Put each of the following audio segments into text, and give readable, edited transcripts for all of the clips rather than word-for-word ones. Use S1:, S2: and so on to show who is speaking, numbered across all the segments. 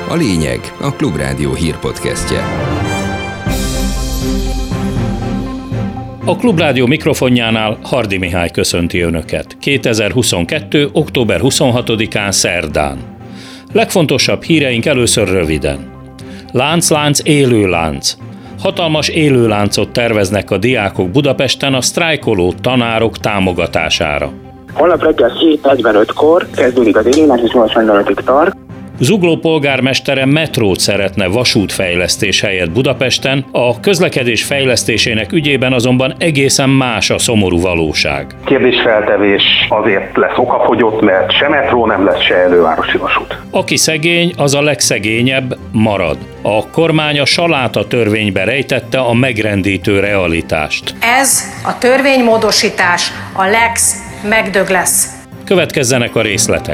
S1: A lényeg a Klubrádió hírpodcastje.
S2: A Klubrádió mikrofonjánál Hardy Mihály köszönti Önöket. 2022. október 26-án szerdán. Legfontosabb híreink először röviden. Lánc, élő lánc. Hatalmas élőláncot terveznek a diákok Budapesten a sztrájkoló tanárok támogatására.
S3: Holnap reggel 7:45-kor kezdődik az élőlánc, és 85-ig tart.
S2: Zugló polgármestere metrót szeretne vasútfejlesztés helyett Budapesten, a közlekedés fejlesztésének ügyében azonban egészen más a szomorú valóság.
S4: Kérdésfeltevés azért lesz okafogyott, mert se metró nem lesz, se elővárosi vasút.
S2: Aki szegény, az a legszegényebb marad. A kormány a saláta törvénybe rejtette a megrendítő realitást.
S5: Ez a törvénymódosítás a lex megdög lesz.
S2: Következzenek a részletek.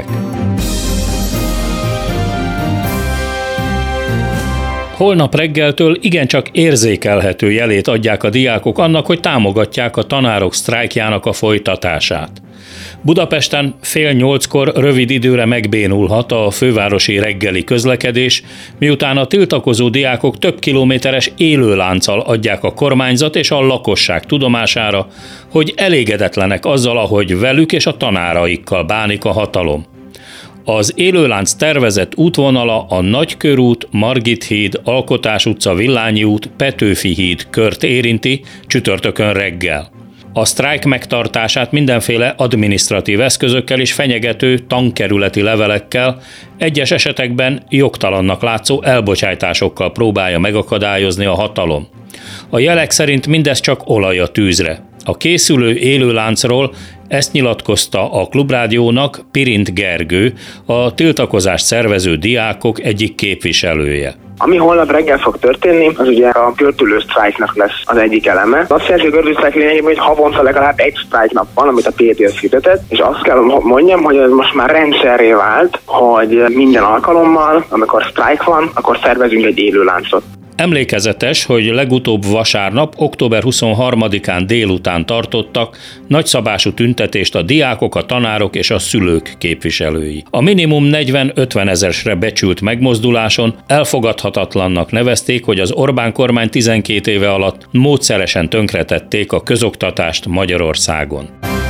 S2: Holnap reggeltől igencsak érzékelhető jelét adják a diákok annak, hogy támogatják a tanárok sztrájkjának a folytatását. Budapesten 7:30 rövid időre megbénulhat a fővárosi reggeli közlekedés, miután a tiltakozó diákok több kilométeres élőlánccal adják a kormányzat és a lakosság tudomására, hogy elégedetlenek azzal, ahogy velük és a tanáraikkal bánik a hatalom. Az élőlánc tervezett útvonala a Nagykörút, Margit híd, Alkotás utca, Villányi út, Petőfi híd kört érinti csütörtökön reggel. A sztrájk megtartását mindenféle adminisztratív eszközökkel és fenyegető tankerületi levelekkel, egyes esetekben jogtalannak látszó elbocsájtásokkal próbálja megakadályozni a hatalom. A jelek szerint mindez csak olaj a tűzre. A készülő élőláncról ezt nyilatkozta a Klubrádiónak Pirint Gergő, a tiltakozást szervező diákok egyik képviselője.
S3: Ami holnap reggel fog történni, az ugye a gördülő sztrájknak lesz az egyik eleme. Azt jelenti, hogy a gördülő sztrájk lényegében, hogy havonta legalább egy sztrájknap van, amit a PTS hirdetett, és azt kell mondjam, hogy ez most már rendszerré vált, hogy minden alkalommal, amikor sztrájk van, akkor szervezünk egy élőláncot.
S2: Emlékezetes, hogy legutóbb vasárnap, október 23-án délután tartottak nagyszabású tüntetést a diákok, a tanárok és a szülők képviselői. A minimum 40-50 ezeresre becsült megmozduláson elfogadhatatlannak nevezték, hogy az Orbán kormány 12 éve alatt módszeresen tönkretették a közoktatást Magyarországon.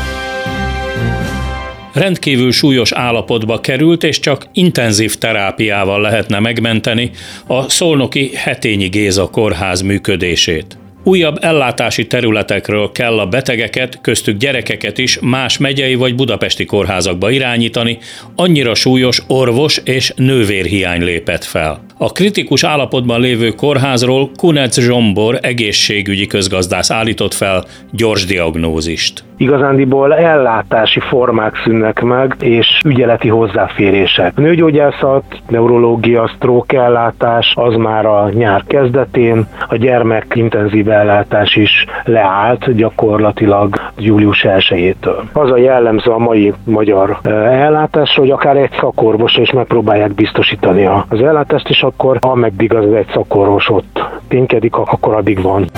S2: Rendkívül súlyos állapotba került, és csak intenzív terápiával lehetne megmenteni a szolnoki Hetényi Géza kórház működését. Újabb ellátási területekről kell a betegeket, köztük gyerekeket is más megyei vagy budapesti kórházakba irányítani, annyira súlyos orvos és nővérhiány lépett fel. A kritikus állapotban lévő kórházról Kunec Zsombor egészségügyi közgazdász állított fel gyors diagnózist.
S4: Igazándiból ellátási formák szűnnek meg, és ügyeleti hozzáférések. Nőgyógyászat, neurológia, stroke ellátás az már a nyár kezdetén, a gyermek intenzív ellátás is leállt gyakorlatilag július 1-től. Az a jellemző a mai magyar ellátásra, hogy akár egy szakorvos is megpróbálják biztosítani az ellátást, és akkor ameddig az egy szakorvos ott ténykedik, akkor addig van.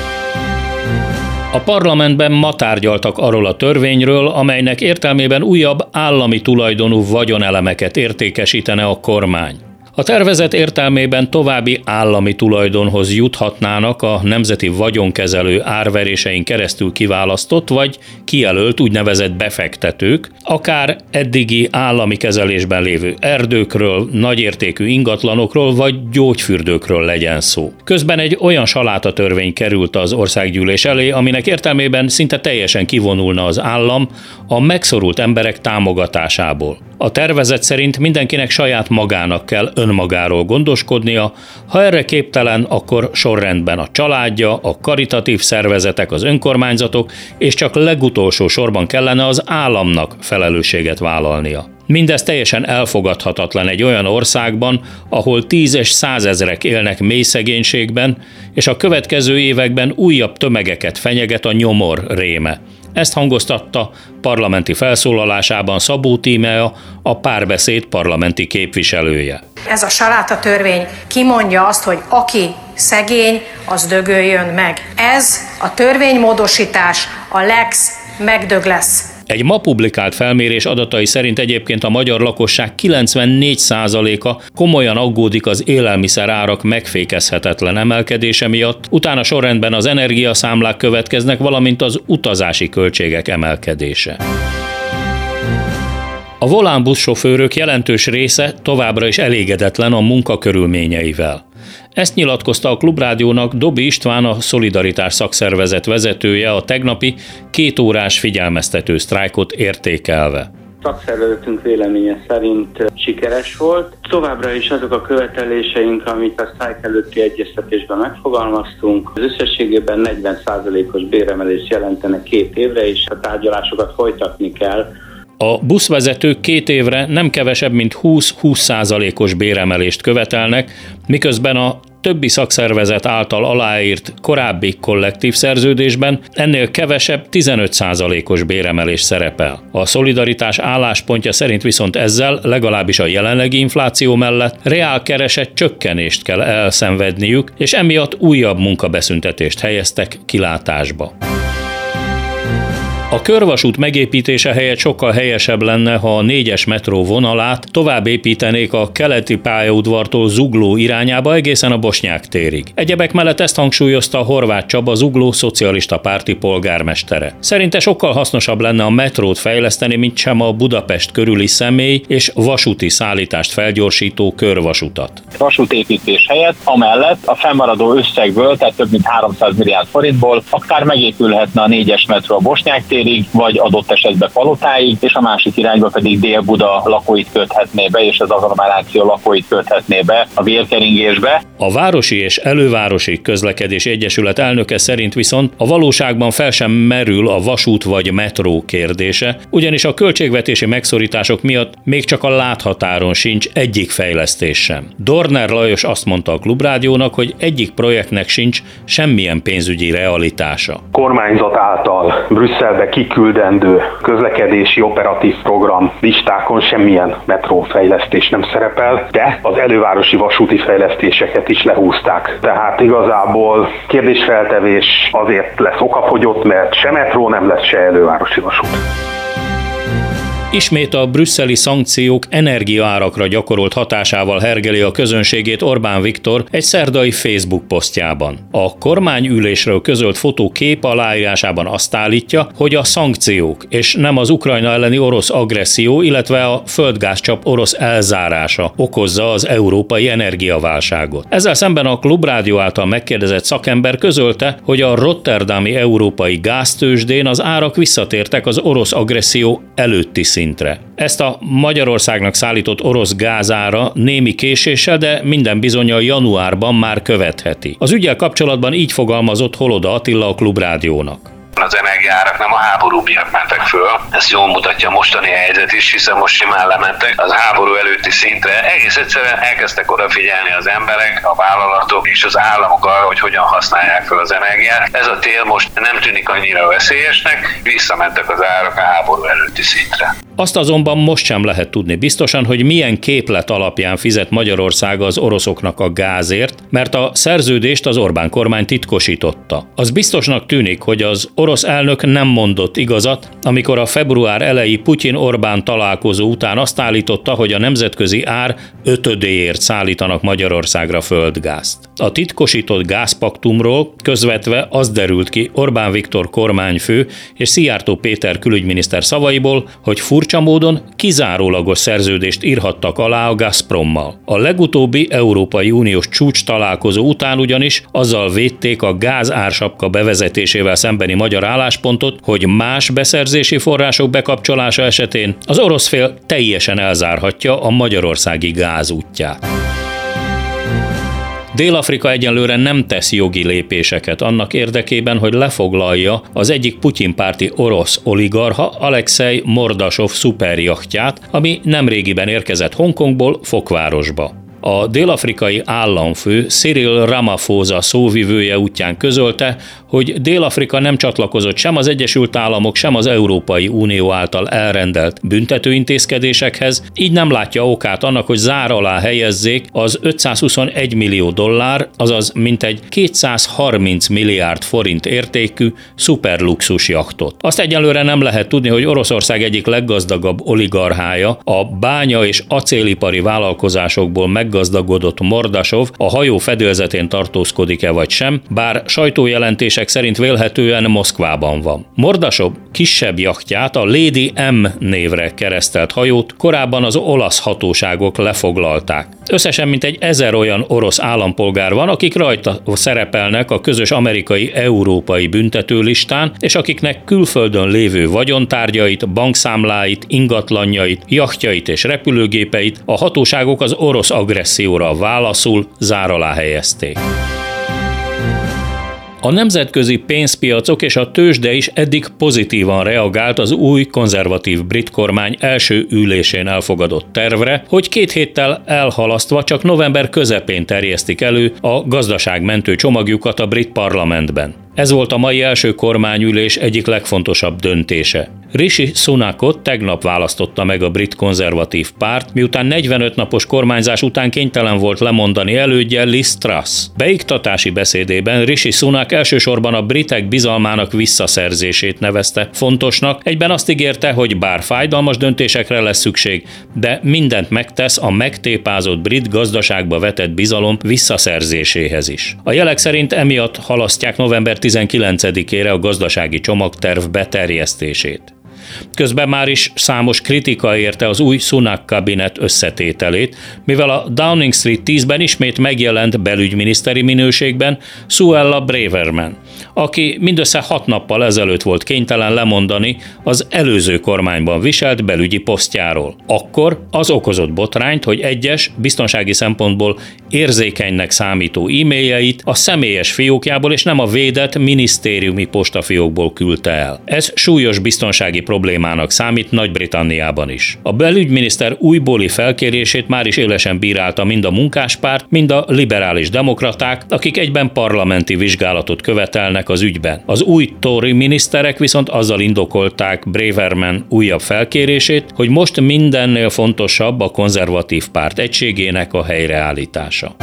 S2: A parlamentben ma tárgyaltak arról a törvényről, amelynek értelmében újabb állami tulajdonú vagyonelemeket értékesítene a kormány. A tervezet értelmében további állami tulajdonhoz juthatnának a nemzeti vagyonkezelő árverésein keresztül kiválasztott vagy kijelölt úgynevezett befektetők, akár eddigi állami kezelésben lévő erdőkről, nagyértékű ingatlanokról vagy gyógyfürdőkről legyen szó. Közben egy olyan salátatörvény került az országgyűlés elé, aminek értelmében szinte teljesen kivonulna az állam a megszorult emberek támogatásából. A tervezet szerint mindenkinek saját magának kell önmagáról gondoskodnia, ha erre képtelen, akkor sorrendben a családja, a karitatív szervezetek, az önkormányzatok, és csak legutolsó sorban kellene az államnak felelősséget vállalnia. Mindez teljesen elfogadhatatlan egy olyan országban, ahol 10 és 100 ezrek élnek mély szegénységben, és a következő években újabb tömegeket fenyeget a nyomor réme. Ezt hangoztatta parlamenti felszólalásában Szabó Tímea, a Párbeszéd parlamenti képviselője.
S5: Ez a salátatörvény kimondja azt, hogy aki szegény, az dögöljön meg. Ez a törvénymódosítás a lex megdög lesz.
S2: Egy ma publikált felmérés adatai szerint egyébként a magyar lakosság 94%-a komolyan aggódik az élelmiszer árak megfékezhetetlen emelkedése miatt, utána sorrendben az energiaszámlák következnek, valamint az utazási költségek emelkedése. A Volán buszsofőrök jelentős része továbbra is elégedetlen a munkakörülményeivel. Ezt nyilatkozta a Klubrádiónak Dobi István, a Szolidaritás szakszervezet vezetője a tegnapi 2 órás figyelmeztető sztrájkot értékelve.
S6: Szakszervezetünk véleménye szerint sikeres volt. Továbbra is azok a követeléseink, amit a sztrájk előtti egyeztetésben megfogalmaztunk. Az összességében 40%-os béremelést jelentenek 2 évre, és a tárgyalásokat folytatni kell.
S2: A buszvezetők 2 évre nem kevesebb, mint 20% béremelést követelnek, miközben a többi szakszervezet által aláírt korábbi kollektív szerződésben ennél kevesebb 15%-os béremelés szerepel. A Szolidaritás álláspontja szerint viszont ezzel legalábbis a jelenlegi infláció mellett reálkeresett csökkenést kell elszenvedniük, és emiatt újabb munkabeszüntetést helyeztek kilátásba. A körvasút megépítése helyett sokkal helyesebb lenne, ha a 4-es metró vonalát tovább építenék a keleti pályaudvartól Zugló irányába egészen a Bosnyák térig. Egyebek mellett ezt hangsúlyozta Horváth Csaba, Zugló szocialista párti polgármestere. Szerinte sokkal hasznosabb lenne a metrót fejleszteni, mint sem a Budapest körüli személy- és vasúti szállítást felgyorsító körvasutat.
S7: Vasútépítés helyett amellett a fennmaradó összegből, tehát több mint 300 milliárd forintból akár megépülhetne a 4-es metró a Bosnyák térig, vagy adott esetben Palotáig, és a másik irányba pedig Dél-Buda lakóit köthetné be, és az agglomeráció lakóit köthetné be a vérkeringésbe.
S2: A Városi és Elővárosi Közlekedési Egyesület elnöke szerint viszont a valóságban fel sem merül a vasút vagy metró kérdése, ugyanis a költségvetési megszorítások miatt még csak a láthatáron sincs egyik fejlesztés sem. Dorner Lajos azt mondta a Klubrádiónak, hogy egyik projektnek sincs semmilyen pénzügyi realitása.
S8: Kormányzat által Brüsszelbe kiküldendő közlekedési operatív program listákon semmilyen metrófejlesztés nem szerepel, de az elővárosi vasúti fejlesztéseket is lehúzták. Tehát igazából kérdésfeltevés azért lesz okafogyott, mert se metró nem lesz, se elővárosi vasút.
S2: Ismét a brüsszeli szankciók energiaárakra gyakorolt hatásával hergeli a közönségét Orbán Viktor egy szerdai Facebook posztjában. A kormányülésről közölt fotókép aláírásában azt állítja, hogy a szankciók, és nem az Ukrajna elleni orosz agresszió, illetve a földgázcsap orosz elzárása okozza az európai energiaválságot. Ezzel szemben a Klubrádió által megkérdezett szakember közölte, hogy a rotterdami európai gáztőzsdén az árak visszatértek az orosz agresszió előtti szintre. Ezt a Magyarországnak szállított orosz gázára némi késéssel, de minden bizonnyal januárban már követheti. Az üggyel kapcsolatban így fogalmazott Holoda Attila a Klubrádiónak.
S9: Az energiaárak nem a háború miatt mentek föl. Ez jól mutatja a mostani helyzet is, hiszen most simán lementek az háború előtti szintre. Egész egyszerűen elkezdtek odafigyelni az emberek, a vállalatok és az államok arra, hogy hogyan használják fel az energiát. Ez a tél most nem tűnik annyira veszélyesnek, visszamentek az árak a háború előtti szintre.
S2: Azt azonban most sem lehet tudni biztosan, hogy milyen képlet alapján fizet Magyarország az oroszoknak a gázért, mert a szerződést az Orbán kormány titkosította. Az biztosnak tűnik, hogy az orosz elnök nem mondott igazat, amikor a február elejé Putyin-Orbán találkozó után azt állította, hogy a nemzetközi ár 5-ödéért szállítanak Magyarországra földgázt. A titkosított gázpaktumról közvetve az derült ki Orbán Viktor kormányfő és Szijjártó Péter külügyminiszter szavaiból, hogy furcsa módon kizárólagos szerződést írhattak alá a Gazprommal. A legutóbbi Európai Uniós csúcs találkozó után ugyanis azzal védték a gázársapka bevezetésével szembeni magyar álláspontot, hogy más beszerzési források bekapcsolása esetén az orosz fél teljesen elzárhatja a magyarországi gázútját. Dél-Afrika egyenlőre nem tesz jogi lépéseket annak érdekében, hogy lefoglalja az egyik Putyin-párti orosz oligarcha Alekszej Mordasov szuperjachtját, ami nemrégiben érkezett Hongkongból Fokvárosba. A dél-afrikai államfő Cyril Ramaphosa szóvivője útján közölte, hogy Dél-Afrika nem csatlakozott sem az Egyesült Államok, sem az Európai Unió által elrendelt büntetőintézkedésekhez, így nem látja okát annak, hogy zár alá helyezzék az $521 millió, azaz mintegy 230 milliárd forint értékű szuperluxus jachtot. Azt egyelőre nem lehet tudni, hogy Oroszország egyik leggazdagabb oligarchája, a bánya- és acélipari vállalkozásokból meggazdagodott Mordasov a hajó fedélzetén tartózkodik-e vagy sem, bár sajtójelentések szerint vélhetően Moszkvában van. Mordasov kisebb jachtját, a Lady M névre keresztelt hajót korábban az olasz hatóságok lefoglalták. Összesen mintegy 1000 olyan orosz állampolgár van, akik rajta szerepelnek a közös amerikai-európai büntetőlistán, és akiknek külföldön lévő vagyontárgyait, bankszámláit, ingatlanjait, jachtjait és repülőgépeit a hatóságok az orosz agresszióra válaszul zár alá helyezték. A nemzetközi pénzpiacok és a tőzsde is eddig pozitívan reagált az új konzervatív brit kormány első ülésén elfogadott tervre, hogy 2 héttel elhalasztva csak november közepén terjesztik elő a gazdaságmentő csomagjukat a brit parlamentben. Ez volt a mai első kormányülés egyik legfontosabb döntése. Rishi Sunakot tegnap választotta meg a brit konzervatív párt, miután 45 napos kormányzás után kénytelen volt lemondani elődje Liz Truss. Beiktatási beszédében Rishi Sunak elsősorban a britek bizalmának visszaszerzését nevezte fontosnak, egyben azt ígérte, hogy bár fájdalmas döntésekre lesz szükség, de mindent megtesz a megtépázott brit gazdaságba vetett bizalom visszaszerzéséhez is. A jelek szerint emiatt halasztják november 19-ére a gazdasági csomagterv beterjesztését. Közben már is számos kritika érte az új Sunak kabinet összetételét, mivel a Downing Street 10-ben ismét megjelent belügyminiszteri minőségben Suella Braverman, aki mindössze 6 nappal ezelőtt volt kénytelen lemondani az előző kormányban viselt belügyi posztjáról. Akkor az okozott botrányt, hogy egyes, biztonsági szempontból érzékenynek számító e-mailjeit a személyes fiókjából és nem a védett minisztériumi postafiókból küldte el. Ez súlyos biztonsági problémának számít Nagy-Britanniában is. A belügyminiszter újbóli felkérését már is élesen bírálta mind a munkáspárt, mind a liberális demokraták, akik egyben parlamenti vizsgálatot követelnek az ügyben. Az új Tory miniszterek viszont azzal indokolták Braverman újabb felkérését, hogy most mindennél fontosabb a konzervatív párt egységének a helyreállítása.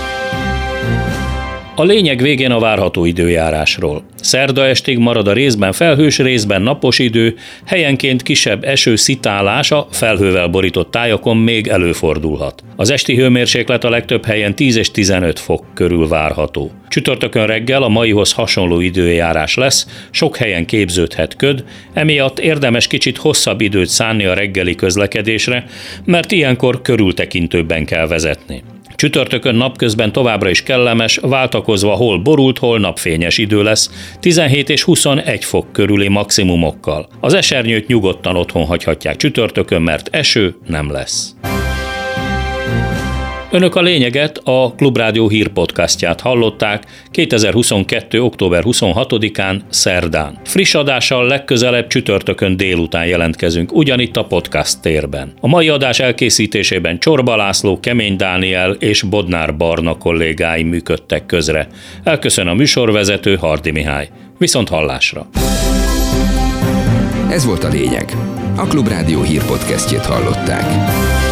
S2: A lényeg végén a várható időjárásról. Szerda estig marad a részben felhős, részben napos idő, helyenként kisebb eső-szitálás a felhővel borított tájakon még előfordulhat. Az esti hőmérséklet a legtöbb helyen 10 és 15 fok körül várható. Csütörtökön reggel a maihoz hasonló időjárás lesz, sok helyen képződhet köd, emiatt érdemes kicsit hosszabb időt szánni a reggeli közlekedésre, mert ilyenkor körültekintőbben kell vezetni. Csütörtökön napközben továbbra is kellemes, váltakozva hol borult, hol napfényes idő lesz, 17 és 21 fok körüli maximumokkal. Az esernyőt nyugodtan otthon hagyhatják csütörtökön, mert eső nem lesz. Önök a lényeget, a Klubrádió hírpodcastját hallották 2022. október 26-án szerdán. Friss adással legközelebb csütörtökön délután jelentkezünk, ugyanitt a podcast térben. A mai adás elkészítésében Csorba László, Kemény Dániel és Bodnár Barna kollégáim működtek közre. Elköszön a műsorvezető, Hardy Mihály. Viszont hallásra!
S1: Ez volt a lényeg. A Klubrádió hírpodcastjét hallották.